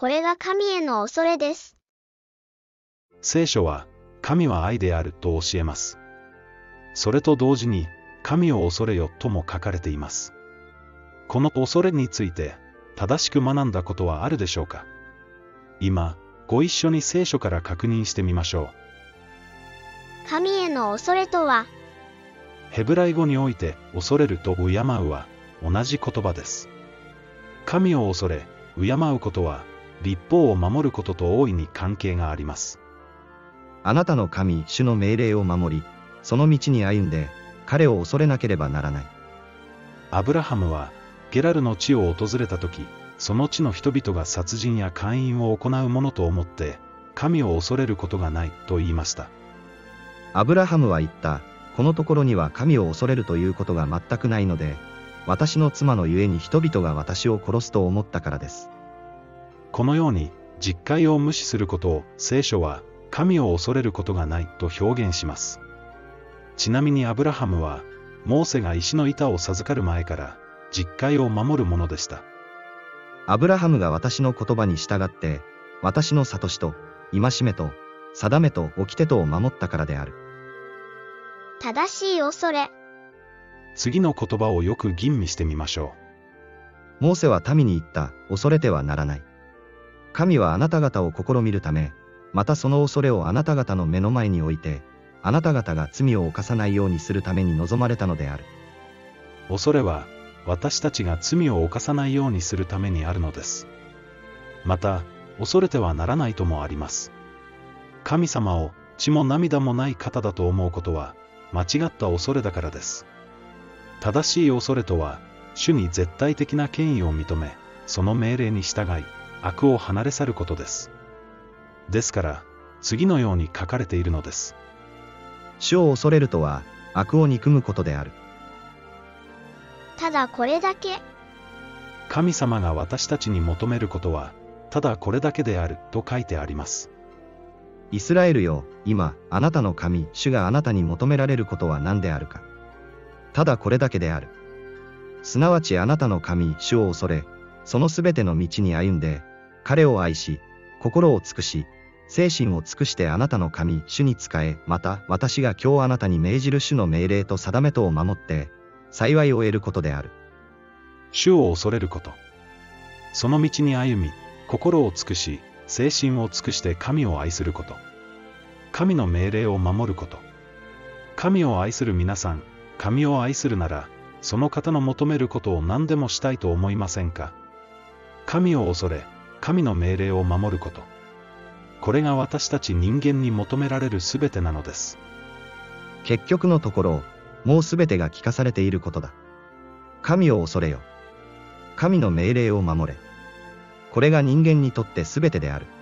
これが神への恐れです。 聖書は、神は愛であると教えます。それと同時に、神を恐れよとも書かれています。この恐れについて、正しく学んだことはあるでしょうか？今、ご一緒に聖書から確認してみましょう。神への恐れとは、 ヘブライ語において、恐れると敬うは、同じ言葉です。神を恐れ、敬うことは、律法を守ることと大いに関係があります。 あなたの神、主の命令を守り、その道に歩んで、彼を恐れなければならない。 アブラハムは、ゲラルの地を訪れたとき、その地の人々が殺人や姦淫を行うものと思って、神を恐れることがないと言いました。 アブラハムは言った、このところには神を恐れるということが全くないので、私の妻のゆえに人々が私を殺すと思ったからです。 このように、実戒を無視することを聖書は、神を恐れることがないと表現します。ちなみにアブラハムは、モーセが石の板を授かる前から、実戒を守るものでした。 アブラハムが私の言葉に従って、私の諭しと、戒めと、定めと掟とを守ったからである。 正しい恐れ。 次の言葉をよく吟味してみましょう。モーセは民に言った、恐れてはならない。神はあなた方を試みるため、またその恐れをあなた方の目の前に置いて、あなた方が罪を犯さないようにするために望まれたのである。 恐れは、私たちが罪を犯さないようにするためにあるのです。また、恐れてはならないともあります。神様を血も涙もない方だと思うことは、間違った恐れだからです。正しい恐れとは、主に絶対的な権威を認め、その命令に従い、悪を離れ去ることです。ですから、次のように書かれているのです。 主を恐れるとは、悪を憎むことである。 ただこれだけ。 神様が私たちに求めることは、ただこれだけであると書いてあります。 イスラエルよ、今、あなたの神、主があなたに求められることは何であるか。ただこれだけである。すなわちあなたの神、主を恐れ、そのすべての道に歩んで、彼を愛し、心を尽くし、精神を尽くしてあなたの神、主に仕え、また私が今日あなたに命じる主の命令と定めとを守って、幸いを得ることである。 主を恐れること。その道に歩み、心を尽くし、精神を尽くして神を愛すること。神の命令を守ること。神を愛する皆さん、神を愛するなら、その方の求めることを何でもしたいと思いませんか？神を恐れ、神の命令を守ること。これが私たち人間に求められるすべてなのです。 結局のところ、もうすべてが聞かされていることだ。神を恐れよ。神の命令を守れ。これが人間にとってすべてである。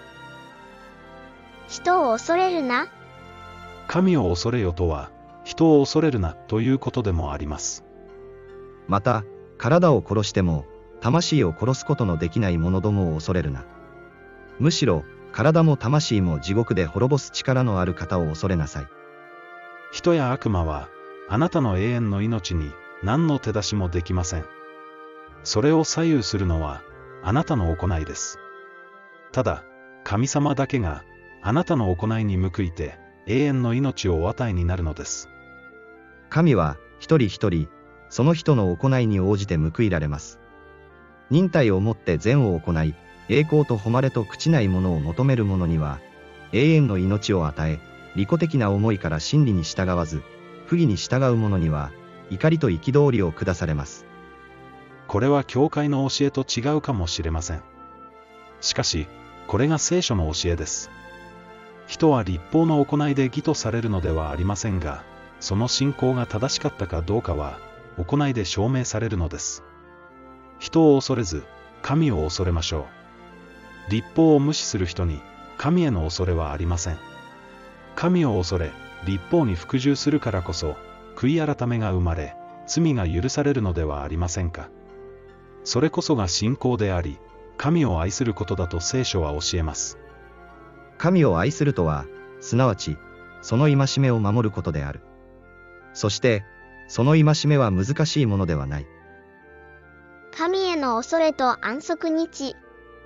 人を恐れるな。 神を恐れよとは、人を恐れるなということでもあります。 また、体を殺しても、魂を殺すことのできない者どもを恐れるな。むしろ、体も魂も地獄で滅ぼす力のある方を恐れなさい。 人や悪魔は、あなたの永遠の命に何の手出しもできません。それを左右するのは、あなたの行いです。ただ、神様だけが、あなたの行いに報いて、永遠の命をお与えになるのです。 神は、一人一人、その人の行いに応じて報いられます。忍耐をもって善を行い、栄光と誉れと朽ちないものを求める者には、永遠の命を与え、利己的な思いから真理に従わず、不義に従う者には、怒りと憤りを下されます。 これは教会の教えと違うかもしれません。しかし、これが聖書の教えです。人は律法の行いで義とされるのではありませんが、その信仰が正しかったかどうかは、行いで証明されるのです。人を恐れず、神を恐れましょう。律法を無視する人に、神への恐れはありません。神を恐れ、律法に服従するからこそ、悔い改めが生まれ、罪が許されるのではありませんか。それこそが信仰であり、神を愛することだと聖書は教えます。 神を愛するとは、すなわち、その戒めを守ることである。そして、その戒めは難しいものではない。 神への恐れと安息日。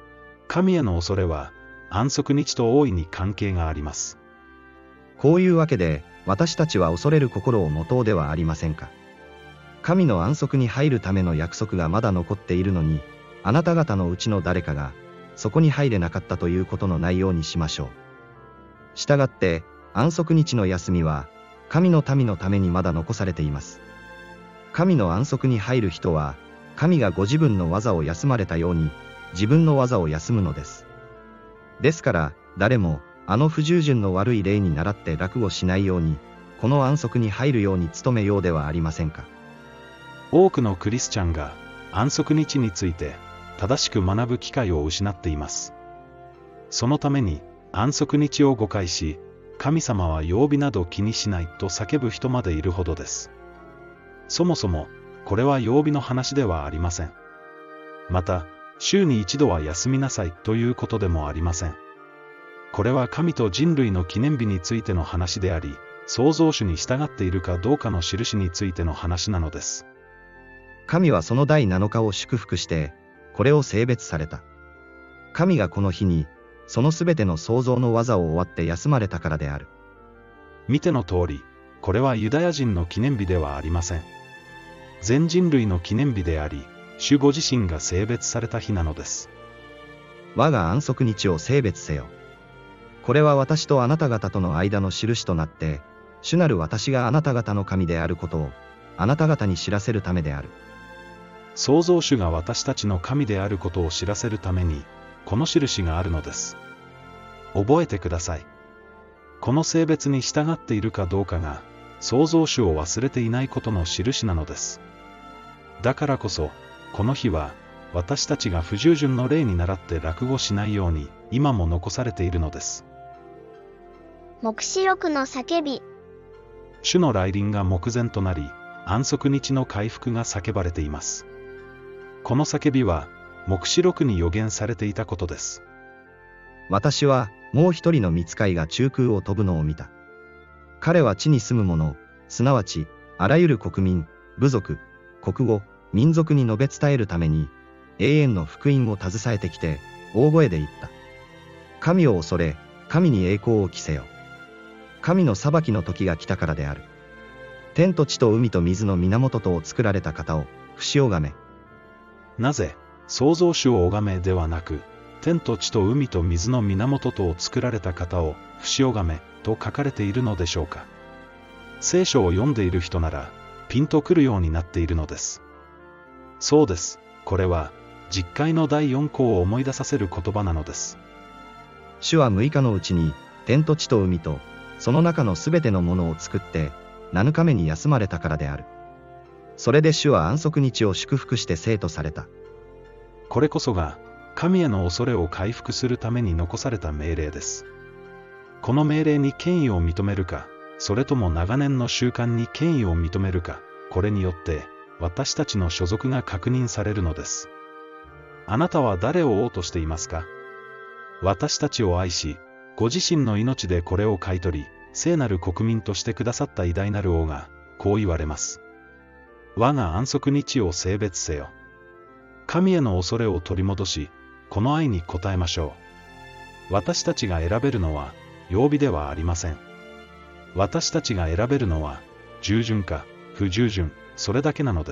神への恐れは安息日と大いに関係があります。 こういうわけで、私たちは恐れる心を持とうではありませんか。神の安息に入るための約束がまだ残っているのに、あなた方のうちの誰かがそこに入れなかったということのないようにしましょう。したがって、安息日の休みは、神の民のためにまだ残されています。神の安息に入る人は、神がご自分の技を休まれたように、自分の技を休むのです。ですから、誰も、あの不従順の悪い例に倣って落語しないように、この安息に入るように努めようではありませんか。 多くのクリスチャンが安息日について正しく学ぶ機会を失っています。そのために安息日を誤解し、神様は曜日など気にしないと叫ぶ人までいるほどです。そもそも、これは曜日の話ではありません。また、週に一度は休みなさいということでもありません。これは神と人類の記念日についての話であり、創造主に従っているかどうかの印についての話なのです。 神はその第7日を祝福して、これを聖別された。神がこの日に、そのすべての創造の技を終わって休まれたからである。 見ての通り、これはユダヤ人の記念日ではありません。全人類の記念日であり、主ご自身が聖別された日なのです。 我が安息日を聖別せよ。これは私とあなた方との間の印となって、主なる私があなた方の神であることを、あなた方に知らせるためである。 創造主が私たちの神であることを知らせるために、この印があるのです。覚えてください。この聖別に従っているかどうかが、創造主を忘れていないことの印なのです。だからこそ、この日は、私たちが不従順の例に倣って落語しないように、今も残されているのです。 黙示録の叫び。 主の来臨が目前となり、安息日の回復が叫ばれています。この叫びは、黙示録に予言されていたことです。 私は、もう一人の御使いが中空を飛ぶのを見た。彼は地に住む者、すなわち、あらゆる国民、部族、国語、民族に述べ伝えるために、永遠の福音を携えてきて、大声で言った。神を恐れ、神に栄光を期せよ。神の裁きの時が来たからである。天と地と海と水の源とを作られた方を、不死拝め。 なぜ、創造主を拝めではなく、天と地と海と水の源とを作られた方を、不死拝め、と書かれているのでしょうか。聖書を読んでいる人なら、ピンとくるようになっているのです。そうです。これは、実会の第4項を思い出させる言葉なのです。 主は6日のうちに、天と地と海と、その中のすべてのものを作って、7日目に休まれたからである。それで主は安息日を祝福して聖とされた。 これこそが、神への恐れを回復するために残された命令です。この命令に権威を認めるか、それとも長年の習慣に権威を認めるか、これによって、私たちの所属が確認されるのです。あなたは誰を王としていますか？私たちを愛し、ご自身の命でこれを買い取り、聖なる国民としてくださった偉大なる王が、こう言われます。我が安息日を聖別せよ。神への恐れを取り戻し、この愛に応えましょう。私たちが選べるのは、曜日ではありません。私たちが選べるのは、従順か、不従順、それだけなのです。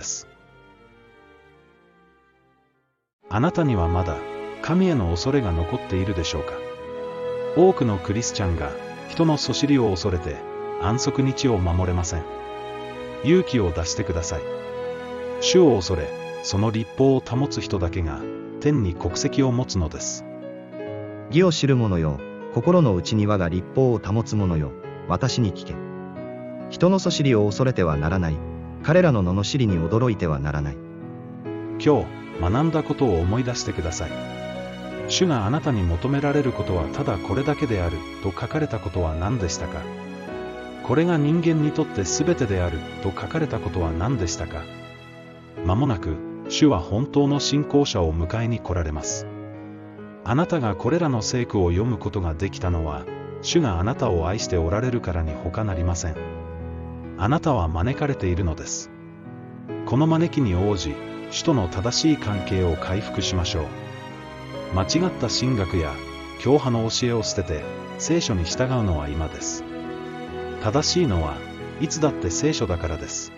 あなたにはまだ、神への恐れが残っているでしょうか。多くのクリスチャンが、人のそしりを恐れて、安息日を守れません。勇気を出してください。主を恐れ、その律法を保つ人だけが、天に国籍を持つのです。 義を知る者よ、心の内に我が律法を保つ者よ、私に聞け。人のそしりを恐れてはならない。彼らの罵りに驚いてはならない。 今日、学んだことを思い出してください。主があなたに求められることはただこれだけである、と書かれたことは何でしたか？これが人間にとって全てである、と書かれたことは何でしたか？間もなく、主は本当の信仰者を迎えに来られます。あなたがこれらの聖句を読むことができたのは、主があなたを愛しておられるからに他なりません。あなたは招かれているのです。この招きに応じ、主との正しい関係を回復しましょう。 間違った神学や教派の教えを捨てて聖書に従うのは今です。正しいのはいつだって聖書だからです。